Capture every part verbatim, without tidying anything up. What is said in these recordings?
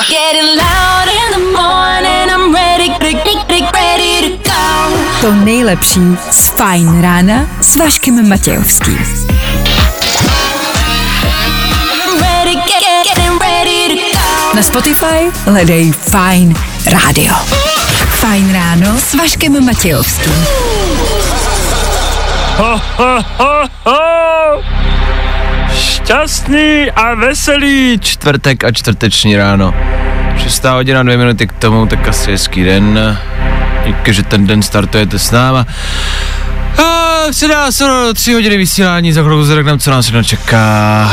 To nejlepší z Fajn rána s Vaškem Matějovským. Na Spotify hledej Fajn rádio. Fajn ráno s Vaškem Matějovským. Ho, ho, ho, ho. Šťastný a veselý čtvrtek a čtvrteční ráno. Šestá hodina, dvě minuty k tomu, tak asi hezký den. Díky, že ten den startujete s náma. A se dá se do tři hodiny vysílání, za chvilku řekneme, co nás všechno čeká.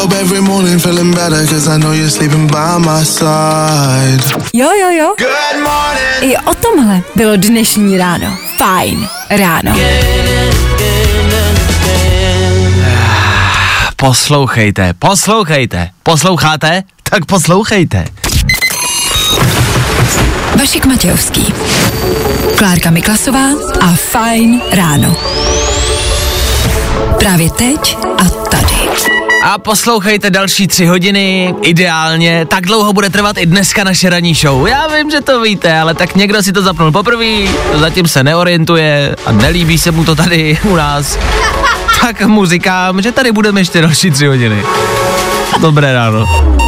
Jo, jo, jo. I o tomhle bylo dnešní ráno. Fajn ráno. Poslouchejte, poslouchejte, posloucháte? Tak poslouchejte. Vašek Matějovský, Klárka Miklasová a Fajn ráno. Právě teď a tady. A poslouchejte další tři hodiny, ideálně, tak dlouho bude trvat i dneska naše ranní show. Já vím, že to víte, ale tak někdo si to zapnul poprvé, zatím se neorientuje a nelíbí se mu to tady u nás. Tak mu říkám, že tady budeme ještě další tři hodiny. Dobré ráno.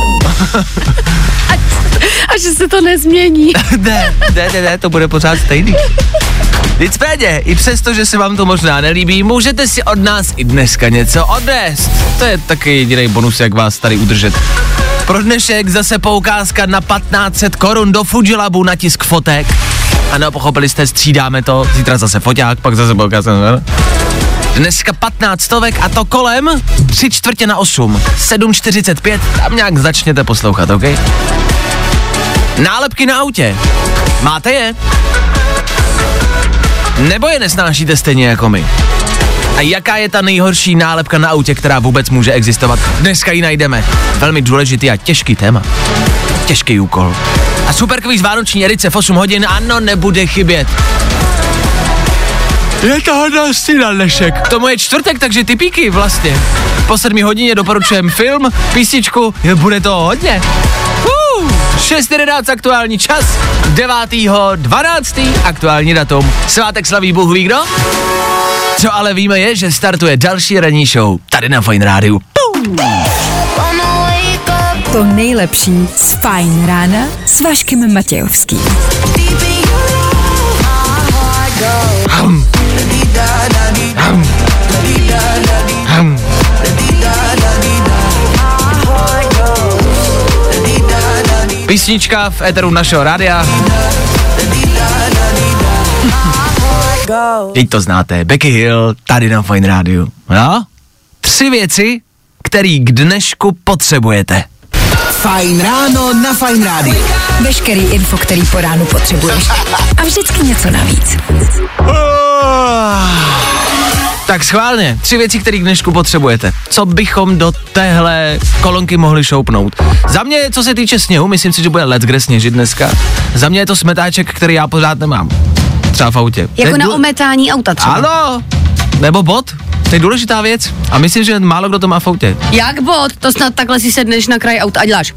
A že se to nezmění. ne, ne, ne, ne, to bude pořád stejný. Nicméně, i přesto, že se vám to možná nelíbí, můžete si od nás i dneska něco odnést. To je taky jediný bonus, jak vás tady udržet. Pro dnešek zase poukázka na patnáct set korun do Fujilabu na tisk fotek. Ano, pochopili jste, střídáme to. Zítra zase foťák, pak zase poukázka. Dneska patnáct stovek a to kolem tři čtvrtě na osm. sedm čtyřicet pět, tam nějak začněte poslouchat, OK? Nálepky na autě. Máte je? Nebo je nesnášíte stejně jako my? A jaká je ta nejhorší nálepka na autě, která vůbec může existovat? Dneska ji najdeme. Velmi důležitý a těžký téma. Těžký úkol. A super kvíz vánoční edice v osm hodin, ano, nebude chybět. Je to hodnosti na dnešek. K tomu je čtvrtek, takže typíky vlastně. Po sedmi hodině doporučujem film, písničku, bude to hodně. Uh, šest jedenáct aktuální čas, devátého dvanáctého aktuální datum. Svátek slaví Bůh ví kdo? Co ale víme je, že startuje další ranní show tady na Fajn rádiu. To nejlepší z Fajn rána s Vaškem Matějovským. Hum. Hum. Hum. Písnička v éteru našeho rádia. Teď to znáte, Becky Hill, tady na Fajn rádiu. No? Tři věci, který k dnešku potřebujete. Fajn ráno na Fajn rádiu. Veškerý info, který po ránu potřebuješ. A vždycky něco navíc. Tak schválně, tři věci, které k dnešku potřebujete. Co bychom do téhle kolonky mohli šoupnout? Za mě, co se týče sněhu, myslím si, že bude leckde sněžit dneska. Za mě je to smetáček, který já pořád nemám. Třeba v autě. Jako na dů... ometání auta třeba. Ano, nebo bod. To je důležitá věc a myslím, že málo kdo to má v autě. Jak bod? To snad takhle si sedneš na kraj auta a děláš.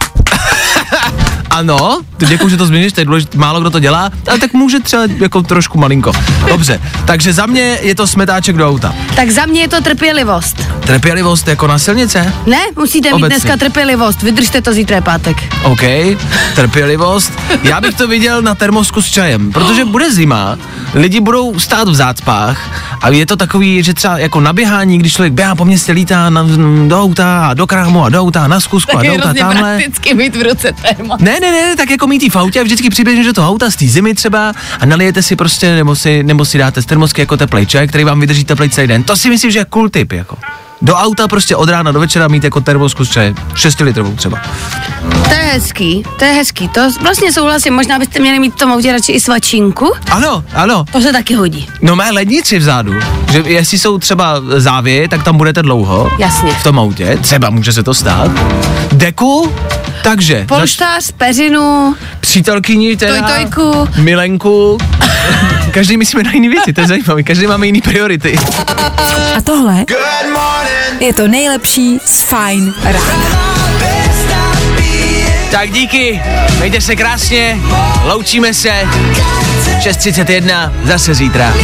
Ano, děkuji, že to změníš, to je důležité, málo kdo to dělá, ale tak může třeba jako trošku malinko. Dobře, takže za mě je to smetáček do auta. Tak za mě je to trpělivost. Trpělivost jako na silnice? Ne, musíte mít Obecně. dneska trpělivost, vydržte to, zítra je pátek. OK, trpělivost. Já bych to viděl na termosku s čajem, protože bude zima, lidi budou stát v zácpách a je to takový, že třeba jako na běhání, když člověk běhá po městě, lítá na, do auta a do krámu a do auta, na zkusku a do auta tamhle. prakticky mít v ruce termos. Ne, ne, ne, tak jako mít v autě a vždycky přiběhneš do toho auta z té zimy třeba a nalijete si prostě, nebo si, nebo si dáte z termosky jako teplej čaj, který vám vydrží teplej celý den. To si myslím, že je cool tip, jako. Do auta prostě od rána do večera mít jako termosku s čajem, šestilitrovou třeba. To je hezký, to je hezký, to vlastně souhlasím, možná byste měli mít v tom autě radši i svačinku. Ano, ano. To se taky hodí. No má lednici vzadu, že jestli jsou třeba závěje, tak tam budete dlouho. Jasně. V tom autě, třeba může se to stát. Deku, takže. Polštář, peřinu, Přítelkyni teda. tojtojku. Milenku. Každý myslíme na jiný věci, to je zajímavé, každý máme jiný priority. A tohle je to nejlepší z Fajn rána. Tak díky, mějte se krásně, loučíme se, šest třicet jedna, zase zítra.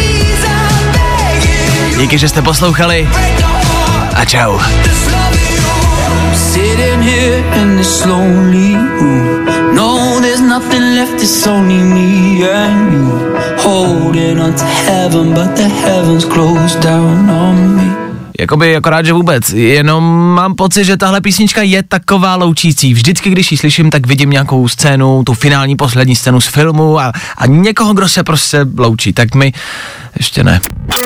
Díky, že jste poslouchali a čau. Sitting here in this lonely room. No, there's nothing left, it's only me and you. Holding on to heaven, but the heavens closed down on me. Jakoby akorát, že vůbec, jenom mám pocit, že tahle písnička je taková loučící. Vždycky, když ji slyším, tak vidím nějakou scénu, tu finální poslední scénu z filmu a, a někoho, kdo se prostě loučí, tak my ještě ne.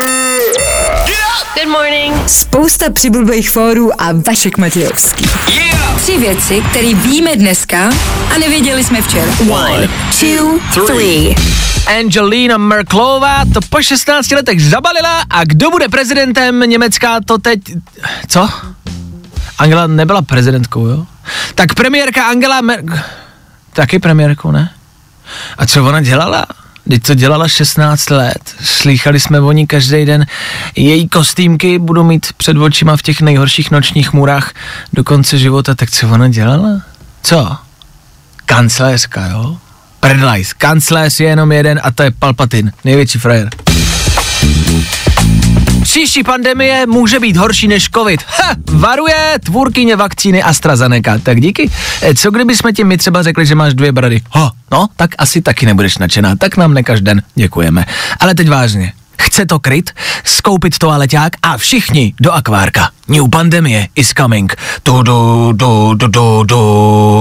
Good morning. Spousta přibulbých fórů a Vašek Matějovský. Yeah. Tři věci, které víme dneska a nevěděli jsme včera. One, two, three. Angelina Merkelová to po šestnácti letech zabalila a kdo bude prezidentem Německa, to teď... Co? Angela nebyla prezidentkou, jo? Tak premiérka Angela Mer... Taky premiérkou, ne? A co ona dělala? Teď to dělala šestnáct let. Slýchali jsme o ní každý den. Její kostýmky budou mít před očima v těch nejhorších nočních můrách do konce života. Tak co ona dělala? Co? Kancléřka, jo? Prdlajs. Kancléř je jenom jeden a to je Palpatine. Největší frajer. Příští pandemie může být horší než covid. Ha, varuje tvůrkyně vakcíny AstraZeneca. Tak díky. E, co kdyby jsme ti my třeba řekli, že máš dvě brady? Ho, no, tak asi taky nebudeš nadšená. Tak nám nekaž den. Děkujeme. Ale teď vážně. Chce to kryt, skoupit toaleťák a všichni do akvárka. New pandemie is coming. Du, du, du, du, du, du.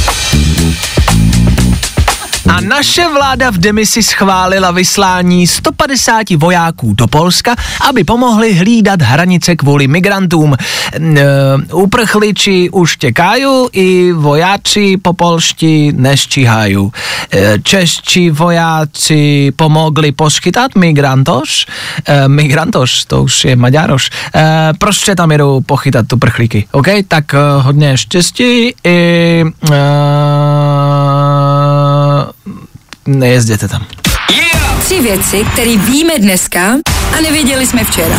A naše vláda v demisi schválila vyslání sto padesát vojáků do Polska, aby pomohli hlídat hranice kvůli migrantům. E, uprchliči už těkají, i vojáci po polšti neščíhají. E, čeští vojáci pomogli poskytat migrantoš. E, migrantoš, to už je Maďaroš. E, prostě tam jedou pochytat tu prchlíky, ok? Tak e, hodně štěstí i... E, nejezděte tam. Yeah! Tři věci, které víme dneska a nevěděli jsme včera.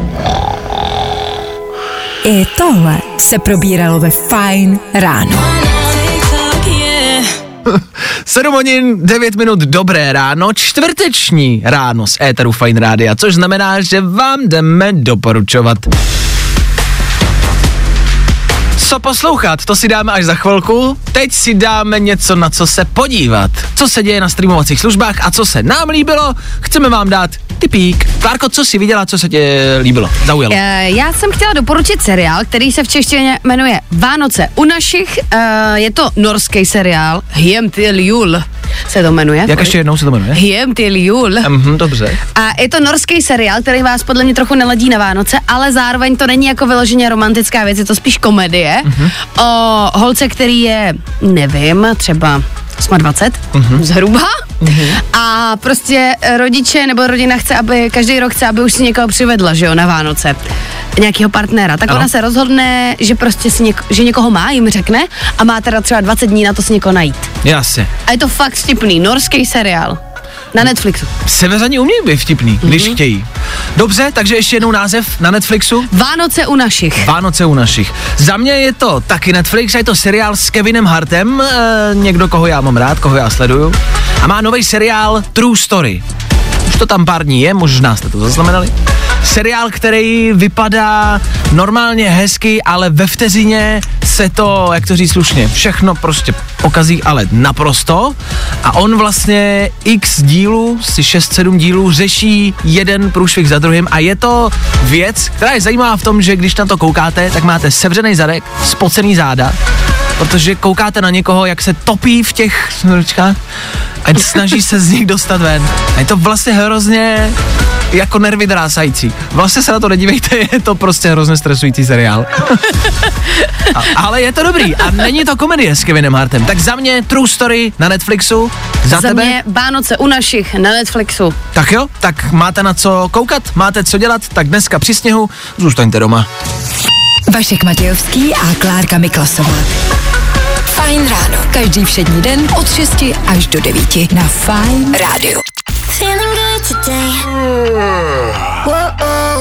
I tohle se probíralo ve Fajn ráno. sedm hodin, devět minut, dobré ráno, čtvrteční ráno z éteru Fajn rádia, což znamená, že vám jdeme doporučovat. Co poslouchat, to si dáme až za chvilku. Teď si dáme něco, na co se podívat. Co se děje na streamovacích službách a co se nám líbilo, chceme vám dát tipík. Klárko, co jsi viděla, co se tě líbilo, zaujalo? Já jsem chtěla doporučit seriál, který se v češtině jmenuje Vánoce u našich. Je to norský seriál, Hjem til jul se to jmenuje. Jak ještě jednou se to jmenuje? Hjem til jul. Mhm, dobře. A je to norský seriál, který vás podle mě trochu neladí na Vánoce, ale zároveň to není jako vyloženě romantická věc, je to spíš komedie. Mm-hmm. O holce, který je, nevím, třeba dvacet, mm-hmm. zhruba. Mm-hmm. A prostě rodiče nebo rodina chce, aby každý rok chce, aby už si někoho přivedla, že jo, na Vánoce. Nějakého partnera. Tak ano. Ona se rozhodne, že prostě si něko, že někoho má, jim řekne a má teda třeba dvacet dní na to si někoho najít. Jasně. A je to fakt vtipný, norský seriál. Na Netflixu. Severani umějí být vtipný, mm-hmm. když chtějí. Dobře, takže ještě jednou název na Netflixu. Vánoce u našich. Vánoce u našich. Za mě je to taky Netflix, je to seriál s Kevinem Hartem, e, někdo, koho já mám rád, koho já sleduju. A má nový seriál True Story. Už to tam pár dní je, možná jste to zaznamenali. Seriál, který vypadá normálně hezky, ale ve vteřině se to, jak to říct slušně, všechno prostě pokazí, ale naprosto. A on vlastně x dílů, si šest sedm dílů, řeší jeden průšvih za druhým a je to věc, která je zajímavá v tom, že když na to koukáte, tak máte sevřený zadek, spocený záda, protože koukáte na někoho, jak se topí v těch snorčkách a snaží se z nich dostat ven. A je to vlastně hrozně jako nervy drásající. Vlastně se na to nedívejte, je to prostě hrozně stresující seriál. a, ale je to dobrý a není to komedie s Kevinem Hartem. Tak za mě True Story na Netflixu, za, za tebe? Za mě Vánoce u našich na Netflixu. Tak jo, tak máte na co koukat, máte co dělat, tak dneska při sněhu zůstaňte doma. Vašek Matějovský a Klárka Miklasová. Fajn ráno. Každý všední den od šesti až do devíti na Fajn rádiu.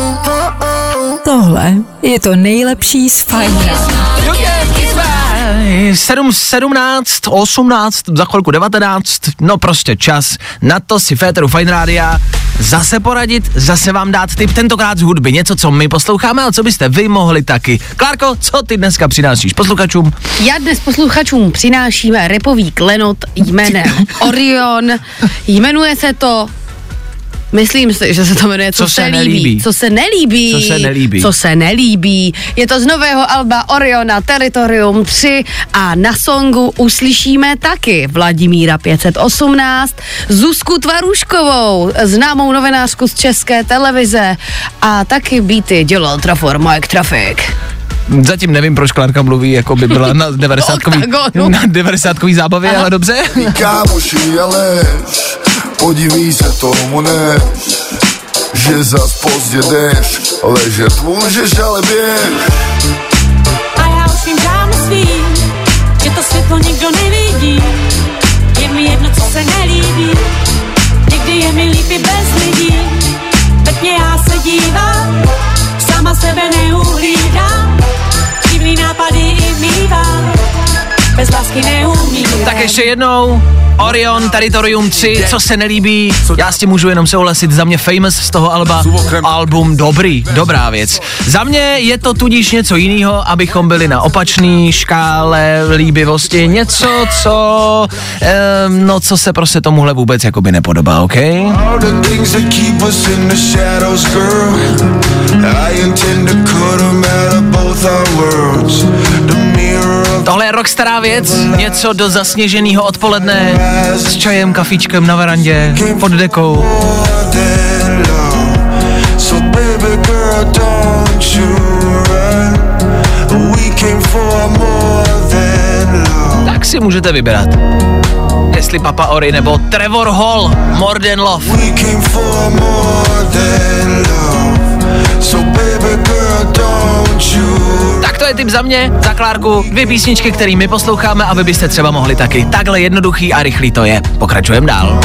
Tohle je to nejlepší z Fajn rána. sedm, sedmnáct, osmnáct, za chvilku devatenáct, no prostě čas na to si Féteru Fajn Rádia zase poradit, zase vám dát tip, tentokrát z hudby, něco, co my posloucháme, ale co byste vy mohli taky. Klárko, co ty dneska přinášíš posluchačům? Já dnes posluchačům přináším rapový klenot jménem Orion. Jmenuje se to... Myslím si, že se to jmenuje Co, co se, se nelíbí. nelíbí. Co se nelíbí. Co se nelíbí. Co se nelíbí. Je to z nového alba Oriona Territorium tři a na songu uslyšíme taky Vladimíra pět set osmnáct, Zuzku Tvaruškovou, známou novinářku z České televize a taky beaty dělal Trafor Mike Traffic. Zatím nevím, proč Klárka mluví, jako by byla na devadesátkový, na devadesátkový zábavě, Aha. ale dobře. Kámoši, ale podívej se tomu než, že zas pozdě jdeš, ležet můžeš, ale běž. A já už vím krámství, že to světlo nikdo nevidí, je mi jedno, co se nelíbí, někdy je mi líp i bez lidí, ve tmě já se dívám, sama sebe neuhlídám, divný nápady i mívám, bez lásky neumím. Tak ještě jednou, Orion, Territorium tři, co se nelíbí, já s tím můžu jenom souhlasit, za mě Famous z toho alba, album dobrý, dobrá věc. Za mě je to tudíž něco jiného, abychom byli na opačný škále líbivosti, něco, co, eh, no co se prostě tomuhle vůbec jakoby nepodobá, ok? Tohle je rockstará věc, něco do zasněženého odpoledne, s čajem, kafíčkem na verandě, pod dekou. Tak si můžete vybrat, jestli Papa Ori nebo Trevor Hall, More Than Love. Tak to je tip za mě, za Klárku, dvě písničky, které my posloucháme a vy byste třeba mohli taky. Takhle jednoduchý a rychlý to je. Pokračujeme dál.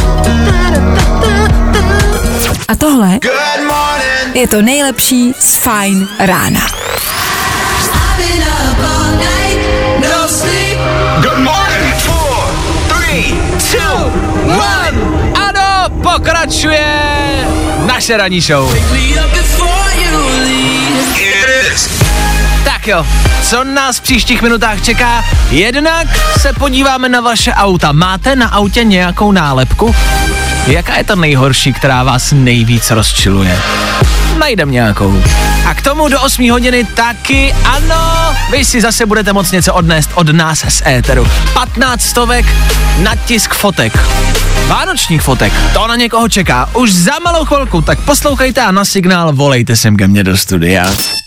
A tohle je to nejlepší z Fajn rána. Good morning. Four, three, two, one. Ano, pokračuje naše ranní show. Tak jo, co nás v příštích minutách čeká? Jednak se podíváme na vaše auta. Máte na autě nějakou nálepku? Jaká je to nejhorší, která vás nejvíc rozčiluje? Najdem nějakou. A k tomu do osmé hodiny taky, ano, vy si zase budete moct něco odnést od nás z éteru. patnáct stovek na tisk fotek. Vánočních fotek, to na někoho čeká. Už za malou chvilku, tak poslouchejte a na signál volejte sem ke mně do studia.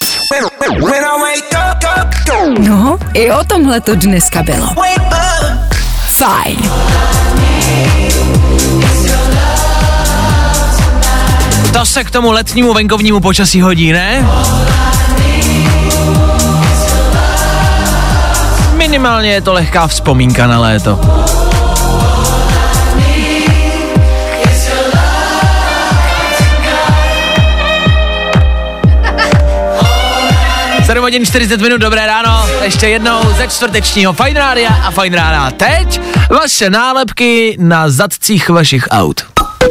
No, i o tomhle to dneska bylo. Fajn. To se k tomu letnímu venkovnímu počasí hodí, ne? Minimálně je to lehká vzpomínka na léto. sedm hodin čtyřicet minut, dobré ráno, ještě jednou ze čtvrtečního Fajn Rádia a Fajn Rána. Teď vaše nálepky na zadcích vašich aut.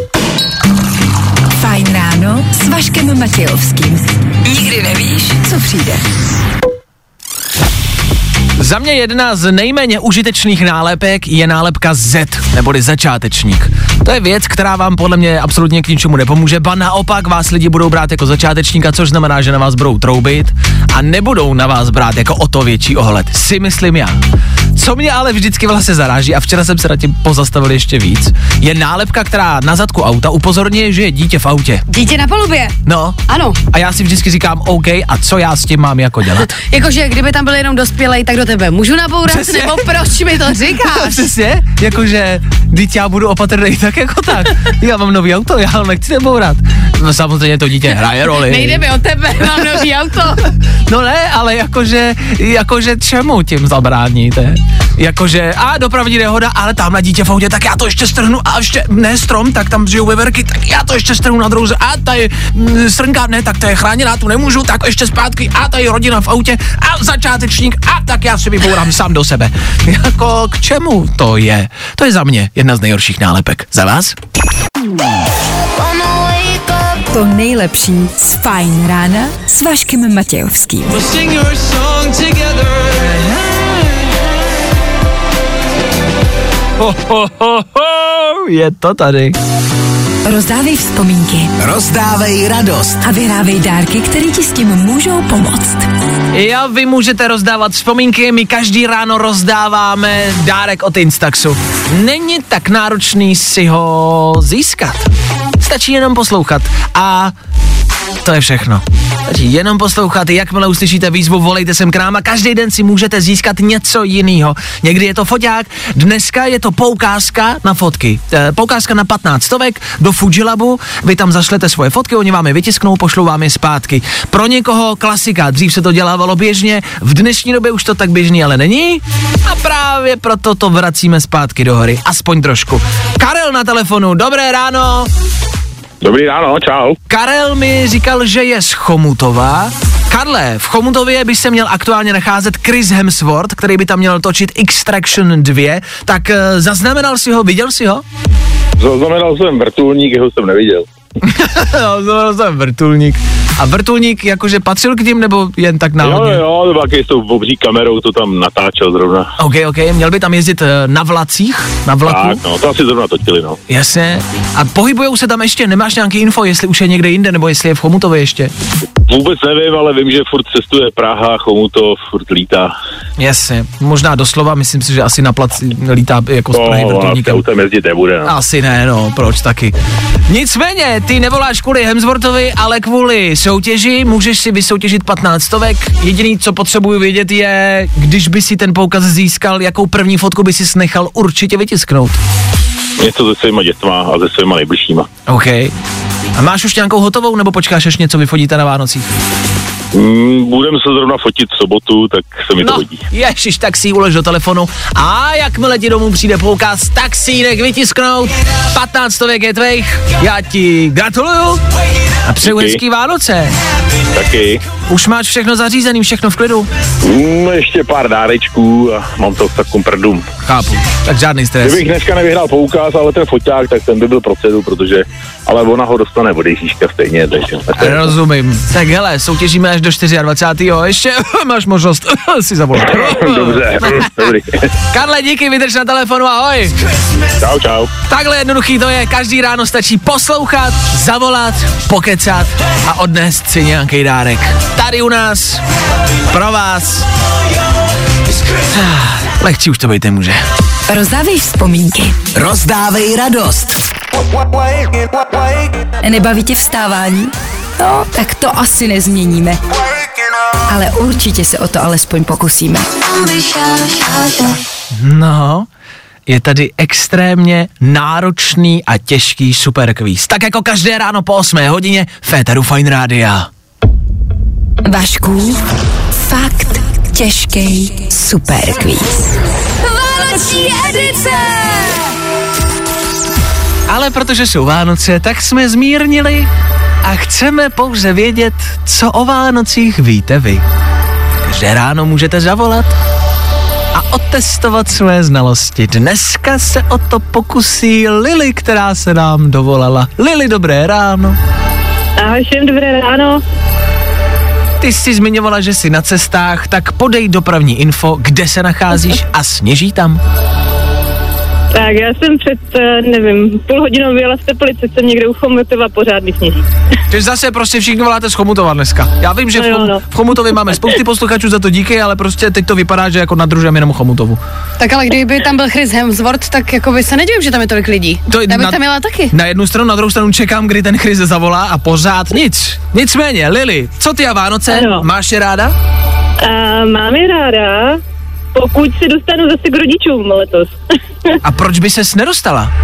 Fajn ráno s Vaškem Matějovským. Nikdy nevíš, co přijde. Za mě jedna z nejméně užitečných nálepek je nálepka Z, neboli začátečník. To je věc, která vám podle mě absolutně k ničemu nepomůže, ba naopak vás lidi budou brát jako začátečníka, což znamená, že na vás budou troubit a nebudou na vás brát jako o to větší ohled, si myslím já. Co mě ale vždycky vlastně zaráží, a včera jsem se na tím pozastavil ještě víc, je nálepka, která na zadku auta upozorňuje, že je dítě v autě. Dítě na palubě. No. Ano. A já si vždycky říkám, OK, a co já s tím mám jako dělat? Jakože kdyby tam byl jenom dospělej, tak do tebe můžu nabourat, přesně. Nebo proč mi to říkáš? Přesně, jakože, dítě já budu opatrný tak jako tak. Já mám nový auto, já ho nechci nebourat. No, samozřejmě to dítě hraje roli. Nejde mi o tebe, mám nový auto. No ne, ale jakože, jakože čemu tím zabráníte? Jakože, a dopravní nehoda, ale tam na dítě v autě, tak já to ještě strhnu a ještě, ne strom, tak tam žijou veverky, tak já to ještě strhnu na drouze a tady mm, srnka, ne, tak to je chráněná, tu nemůžu, tak ještě zpátky a tady rodina v autě a začátečník a tak já si vybourám sám do sebe. Jako k čemu to je? To je za mě jedna z nejhorších nálepek. Za vás? To nejlepší z Fajn rána s Vaškem Matějovským. Ho, ho, ho, ho, je to tady. Rozdávej vzpomínky. Rozdávej radost. A vyhrávej dárky, které ti s tím můžou pomoct. Jo, vy můžete rozdávat vzpomínky, my každý ráno rozdáváme dárek od Instaxu. Není tak náročný si ho získat. Stačí jenom poslouchat a to je všechno. Stačí jenom poslouchat, jakmile uslyšíte výzvu, volejte sem k nám a každý den si můžete získat něco jiného. Někdy je to foťák, dneska je to poukázka na fotky. E, poukázka na patnáct stovek do Fujilabu, vy tam zašlete svoje fotky, oni vám je vytisknou, pošlou vám je zpátky. Pro někoho klasika, dřív se to dělávalo běžně, v dnešní době už to tak běžný ale není a právě proto to vracíme zpátky do hory, aspoň trošku. Karel na telefonu, dobré ráno. Dobrý ráno, čau. Karel mi říkal, že je z Chomutova. Karle, v Chomutově by se měl aktuálně nacházet Chris Hemsworth, který by tam měl točit Extraction dva, tak uh, zaznamenal si ho, viděl si ho? Zaznamenal jsem vrtulník, jeho jsem neviděl. Zaznamenal jsem vrtulník. A vrtulník jakože patřil k ním, nebo jen tak náhodně? Jo, jo, to taky s tou obří kamerou to tam natáčel zrovna. OK, OK, měl by tam jezdit na vlacích, na vlaku? Tak, no, to asi zrovna točili, no. Jasně. A pohybujou se tam ještě, nemáš nějaký info, jestli už je někde jinde, nebo jestli je v Chomutově ještě? Vůbec nevím, ale vím, že furt cestuje Praha, Chomutov, furt lítá. Jasně, možná doslova, myslím si, že asi na plac lítá jako z Prahy vrtulníkem. No, autem jezdit nebude, no. Asi ne, no, proč taky. Nicméně, ty nevoláš kvůli Hemsworthovi, ale kvůli soutěži, můžeš si vysoutěžit patnáct stovek. Jediný, co potřebuji vědět, je, když by si ten poukaz získal, jakou první fotku by si nechal určitě vytisknout. Něco se svýma dětma a se svýma nejbližšíma. OK. A máš už nějakou hotovou, nebo počkáš, až něco vyfodíte na Vánocích? Mm, budeme se zrovna fotit v sobotu, tak se mi no, to hodí. Ježiš, tak si ji ulož do telefonu a jakmile ti domů přijde poukaz, tak si ji nech vytisknout. patnáct stovek je tvých, já ti gratuluju a přeju hezký Vánoce. Taky. Už máš všechno zařízený, všechno v klidu? Mm, ještě pár dárečků a mám to v takovém prdům. Chápu, tak žádný stres. Kdybych dneska nevyhrál poukaz, ale ten foťák, tak ten by byl pro cedu, protože, ale ona ho dostane od Ježíška stejně, takže. Rozumím. Tak hele, soutěžíme až do dvacátého čtvrtého Ještě máš možnost si zavolat. Dobře, dobrý. Karle, díky, vydrž na telefonu, ahoj. Čau, čau. Takhle jednoduchý to je, každý ráno stačí poslouchat, zavolat, pokecat a odnést si nějaký dárek. Tady u nás, pro vás. Lehčí už to být nemůže. Rozdávej vzpomínky. Rozdávej radost. Nebaví tě vstávání? No, tak to asi nezměníme. Ale určitě se o to alespoň pokusíme. No, je tady extrémně náročný a těžký superkvíz. Tak jako každé ráno po osmé hodině v éteru Fajn rádia. Vašku, fakt těžký superkvíz. Vánoční edice! Ale protože jsou Vánoce, tak jsme zmírnili a chceme pouze vědět, co o Vánocích víte vy. Každé ráno můžete zavolat a otestovat své znalosti. Dneska se o to pokusí Lily, která se nám dovolala. Lily, dobré ráno. Ahoj, všem dobré ráno. Ty jsi zmiňovala, že jsi na cestách, tak podej dopravní info, kde se nacházíš a sněží tam. Tak já jsem před, nevím, půl hodinou vyjela z Teplice, jsem někde u Chomutova, pořád sněží. Ty zase prostě všichni voláte z Chomutova dneska. Já vím, že no v, Chom- jo, no. v Chomutově máme spousty posluchačů, za to díky, ale prostě teď to vypadá, že jako nadružujeme jenom Chomutovu. Tak ale kdyby tam byl Chris Hemsworth, tak jako by se nedivím, že tam je tolik lidí. To, já bych na, tam jela taky. Na jednu stranu, na druhou stranu čekám, kdy ten Chris zavolá a pořád nic. Nicméně, Lily, co ty a Vánoce? Ano. Máš je ráda? Uh, mám je ráda, pokud se dostanu zase k rodičům letos. A proč by ses nedostala?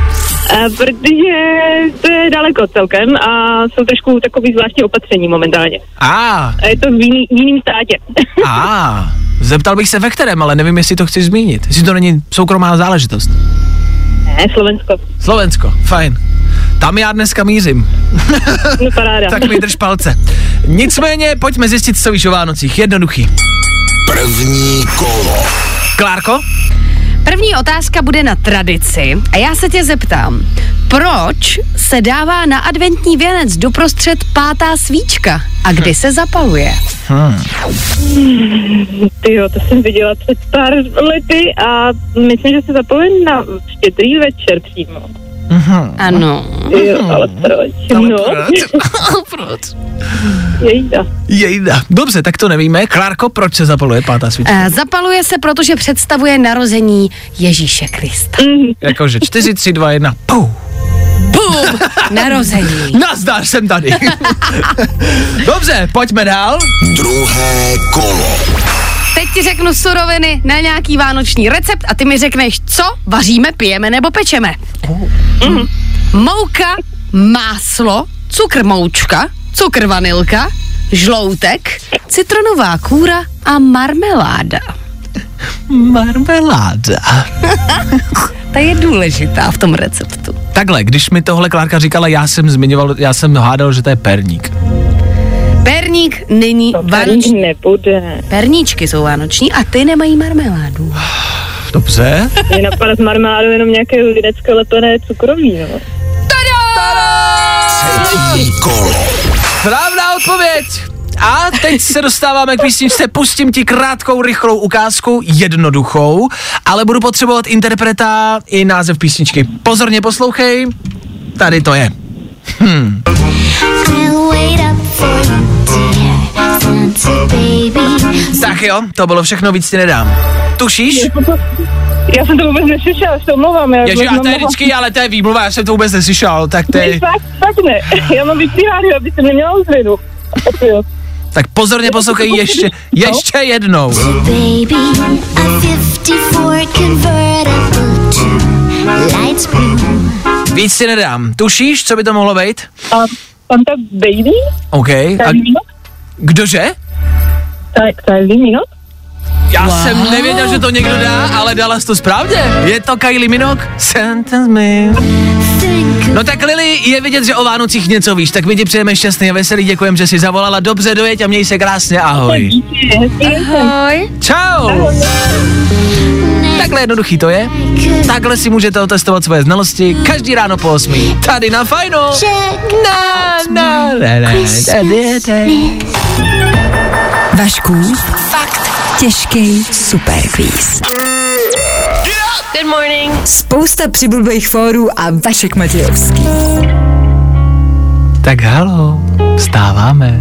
A protože to je daleko celkem a jsou trošku takový zvláštní opatření momentálně. A. A je to v, jiný, v jiným státě. A. Zeptal bych se ve kterém, ale nevím, jestli to chci zmínit. Jestli to není soukromá záležitost. Ne, Slovensko. Slovensko, fajn. Tam já dneska mířím. No paráda. Tak mi drž palce. Nicméně, pojďme zjistit, co víš o Vánocích. Jednoduchý. První kolo. Klárko? První otázka bude na tradici a já se tě zeptám, proč se dává na adventní věnec doprostřed pátá svíčka a kdy se zapaluje? Hmm. Tyjo, to jsem viděla před pár lety a myslím, že se zapaluje na štědrý večer přímo. Mm-hmm. Ano. Jo, ale proč? Ale no. proč? Proč? Jejda. Jejda. Dobře, tak to nevíme. Klárko, proč se zapaluje pátá svíčka? Uh, zapaluje se, protože představuje narození Ježíše Krista. Mm. Jakože čtyři, tři, dva, jedna, pum. Bum! Narození. Nazdar, jsem tady. Dobře, pojďme dál. Druhé kolo. Teď ti řeknu suroviny na nějaký vánoční recept a ty mi řekneš, co vaříme, pijeme nebo pečeme. Mm. Mouka, máslo, cukr moučka, cukr vanilka, žloutek, citronová kůra a marmeláda. Marmeláda. Ta je důležitá v tom receptu. Takhle, když mi tohle Klárka říkala, já jsem zmiňoval, já jsem hádal, že to je perník. Perník není To tady vánoční. nebude. Perníčky jsou vánoční a ty nemají marmeládu. Dobře. Mě napadá s marmeládou jenom nějaké lidecko lepené cukroví, no. Třetí kolo. Správná odpověď. A teď se dostáváme k písničce, pustím ti krátkou, rychlou ukázku, jednoduchou, ale budu potřebovat interpreta i název písničky. Pozorně poslouchej, tady to je. Hm. Tak jo, to bylo všechno, víc ti nedám. Tušíš? Já jsem to vůbec neslyšela, já se omlouvám. Já Ježi, a mám to je mohla- vždycky, ale to je výmluva, já jsem to vůbec neslyšel, tak to Ne, je... fakt, fakt ne. Já mám vypný rádio, aby se neměla ozvěnu. Tak pozorně poslouchej ještě, ještě jednou. Baby, a fifty-four convertible to lights blue. Víc si nedám. Tušíš, co by to mohlo být? A Fanta Baby? OK. A Kylie Minogue? kdože? Tak, Kylie Minogue? Já wow. jsem nevěděl, že to někdo dá, ale dala jsi to správně. Je to Kylie Minogue? Sentence me. No tak Lili, je vidět, že o Vánocích něco víš, tak my ti přejeme šťastný a veselý, děkujem, že jsi zavolala, dobře dojeď a měj se krásně, ahoj. Ahoj. Čau. Takhle jednoduchý to je. Takhle si můžete otestovat svoje znalosti každý ráno po osmí. Tady na Fajnu. Na, na, na, na, na, Vaškův fakt těžký superkvíz. Good morning. Spousta přibulbých fórů a Vašek Matějovský. Tak halo, vstáváme.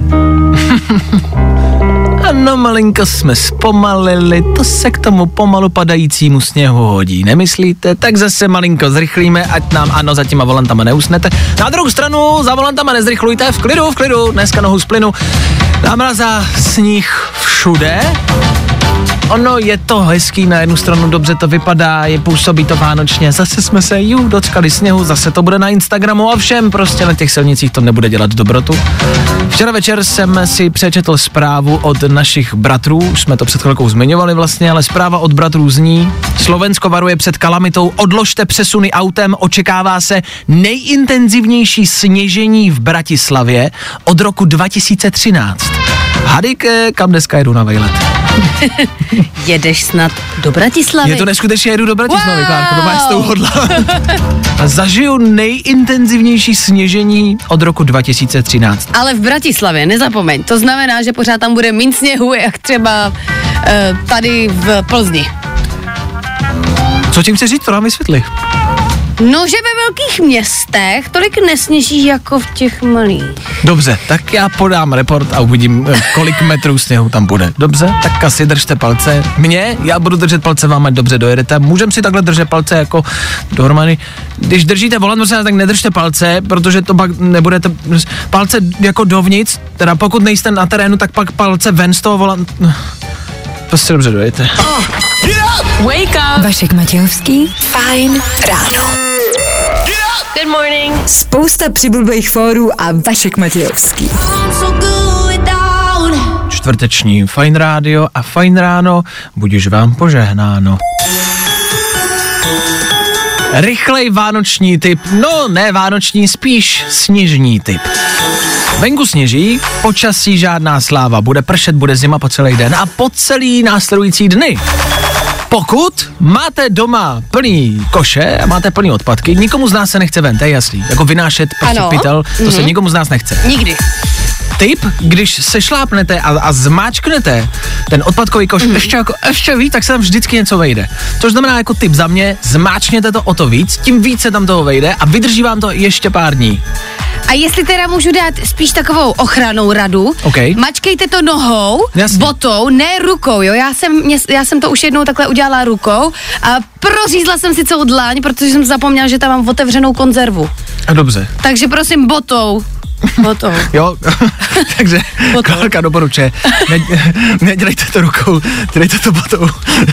Ano, malinko jsme zpomalili, to se k tomu pomalu padajícímu sněhu hodí, nemyslíte? Tak zase malinko zrychlíme, ať nám ano za těma volantama neusnete. Na druhou stranu za volantama nezrychlujte, v klidu, v klidu, dneska nohu z plynu. Námraza, sníh všude. Ono je to hezký, na jednu stranu dobře to vypadá, je působí to vánočně, zase jsme se jú, dočkali sněhu, zase to bude na Instagramu a všem, prostě na těch silnicích to nebude dělat dobrotu. Včera večer jsem si přečetl zprávu od našich bratrů, už jsme to před chvilkou zmiňovali vlastně, ale zpráva od bratrů zní: Slovensko varuje před kalamitou, odložte přesuny autem, očekává se nejintenzivnější sněžení v Bratislavě od roku dva tisíce třináct. Hadyke, kam dneska jedu na vejlet? Jedeš snad do Bratislavy? Je to neskutečně, jedu do Bratislavy, Wow. Klárko, doma s tou hodla. A zažiju nejintenzivnější sněžení od roku dva tisíce třináct. Ale v Bratislavě, nezapomeň, to znamená, že pořád tam bude míň sněhu, jak třeba uh, tady v Plzni. Co tím chci říct, to nám vysvětli. No, že ve velkých městech tolik nesněží jako v těch malých. Dobře, tak já podám report a uvidím, kolik metrů sněhu tam bude. Dobře, tak asi držte palce. Mně, já budu držet palce vám, ať dobře dojedete. Můžeme si takhle držet palce jako dohromady. Když držíte volant, prosím, tak nedržte palce, protože to pak nebudete... Palce jako dovnitř, teda pokud nejste na terénu, tak pak palce ven z toho volantu. Prostě dobře dojete. Wake up! Vašek Matějovský, Fajn ráno. Good morning. Spousta přibulbých fórů a Vašek Matějovský. Čtvrteční Fajn rádio a Fajn ráno, budiž vám požehnáno. Rychlej vánoční tip, no ne vánoční, spíš sněžní tip. Venku sněží, počasí žádná sláva, bude pršet, bude zima po celý den a po celý následující dny. Pokud máte doma plný koše a máte plný odpadky, nikomu z nás se nechce ven, to je jasný. Jako vynášet prostě pytel, to mm-hmm. se nikomu z nás nechce. Nikdy. Tip, když se šlápnete a, a zmáčknete ten odpadkový koš mm. ještě, jako, ještě víc, tak se tam vždycky něco vejde. Což znamená jako tip za mě, zmáčkněte to o to víc, tím víc se tam toho vejde a vydrží vám to ještě pár dní. A jestli teda můžu dát spíš takovou ochranou radu, okay. mačkejte to nohou, Jasně. botou, ne rukou, jo, já jsem, mě, já jsem to už jednou takhle udělala rukou a prořízla jsem si celou dlaň, protože jsem zapomněla, že tam mám otevřenou konzervu. A dobře. Takže prosím botou. Botou. Jo, takže Klárka doporučuje, ne, nedělejte to rukou, dělejte to botou.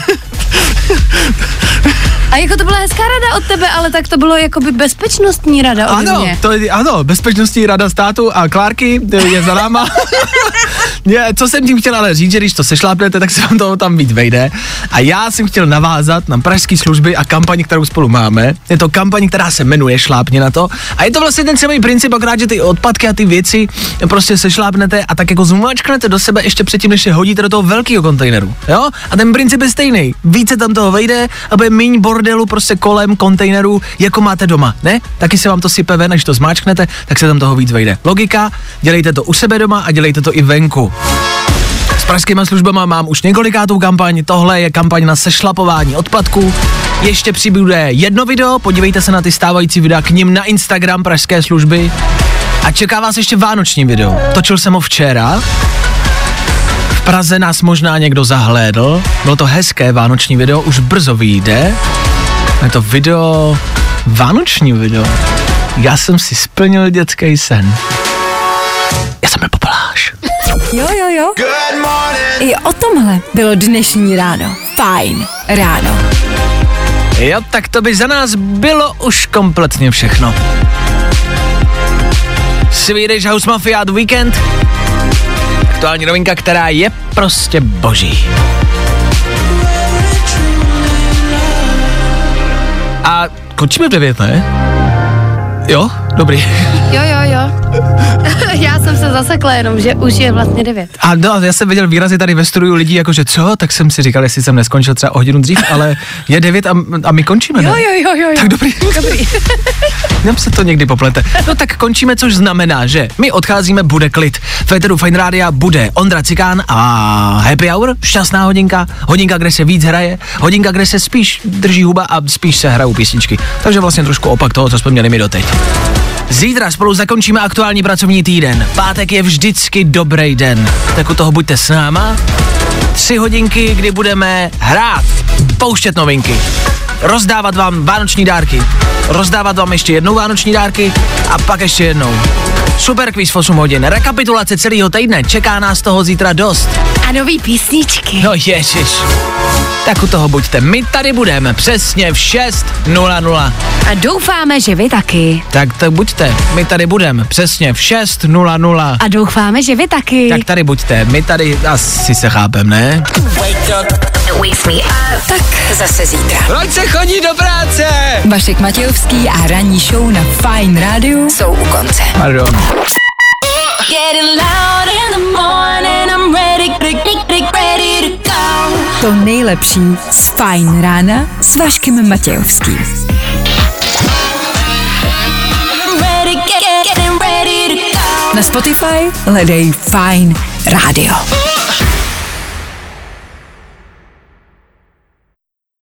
A jako to byla hezká rada od tebe, ale tak to bylo jakoby bezpečnostní rada od ano, mě. To je, ano, bezpečnostní rada státu a Klárky je za náma. Je, co jsem tím chtěl ale říct, že když to sešlápnete, tak se vám toho tam víc vejde. A já jsem chtěl navázat na pražské služby a kampaň, kterou spolu máme. Je to kampaň, která se jmenuje Šlápni na to. A je to vlastně ten samý princip, akorát, že ty odpadky a ty věci prostě sešlápnete a tak jako zmáčknete do sebe ještě předtím, než je hodíte do toho velkého kontejneru. Jo? A ten princip je stejný. Více tam toho vejde, aby míň bordelu prostě kolem kontejneru, jako máte doma, ne? Taky se vám to sype ven, když to zmáčknete, tak se tam toho víc vejde. Logika, dělejte to u sebe doma a dělejte to i venku. S pražskýma službama mám už několikátou kampaň, tohle je kampaň na sešlapování odpadků. Ještě přibude jedno video, podívejte se na ty stávající videa k nim na Instagram pražské služby. A čeká vás ještě vánoční video. Točil jsem ho včera. V Praze nás možná někdo zahlédl. Bylo to hezké vánoční video, už brzo vyjde. Je to video, vánoční video. Já jsem si splnil dětský sen. Já jsem nepopeláš. Jo, jo, jo. I o tomhle bylo dnešní ráno. Fajn ráno. Jo, tak to by za nás bylo už kompletně všechno. Swedish House Mafia The Weekend. Aktuální novinka, která je prostě boží. A končíme v devět, ne? Jo? Dobrý. Jo, jo, jo. Já jsem se zasekla jenom, že už je vlastně devět. A no, já jsem viděl výrazy tady ve studiu lidí, jakože co, tak jsem si říkal, jestli jsem neskončil třeba o hodinu dřív, ale je devět a, a my končíme, ne? Jo, jo, jo, jo. Tak dobrý. Dobrý. Nám se to někdy poplete. No tak končíme, což znamená, že my odcházíme, bude klid. V éteru Fajn rádia bude Ondra Cikán a Happy Hour, šťastná hodinka, hodinka, kde se víc hraje, hodinka, kde se spíš drží huba a spíš se hrajou písničky. Takže vlastně trošku opak toho, co jsme měli my doteď. Zítra spolu zakončíme aktuální pracovní týden. Pátek je vždycky dobrý den. Tak u toho buďte s náma. Tři hodinky, kdy budeme hrát, pouštět novinky, rozdávat vám vánoční dárky, rozdávat vám ještě jednou vánoční dárky a pak ještě jednou. Super quiz v osm hodin, rekapitulace celého týdne, čeká nás toho zítra dost. A nový písničky. No ježiš. Tak u toho buďte, my tady budeme přesně v šest nula nula. A doufáme, že vy taky. Tak to buďte, my tady budeme přesně v šest nula nula. A doufáme, že vy taky. Tak tady buďte, my tady asi se chápem, ne? Tak zase zítra. Proč se chodí do práce? Vašek Matějovský a ranní show na Fajn rádiu jsou u konce. Pardon. To nejlepší z Fajn rána s Vaškem Matějovským. Na Spotify hledej Fajn rádio.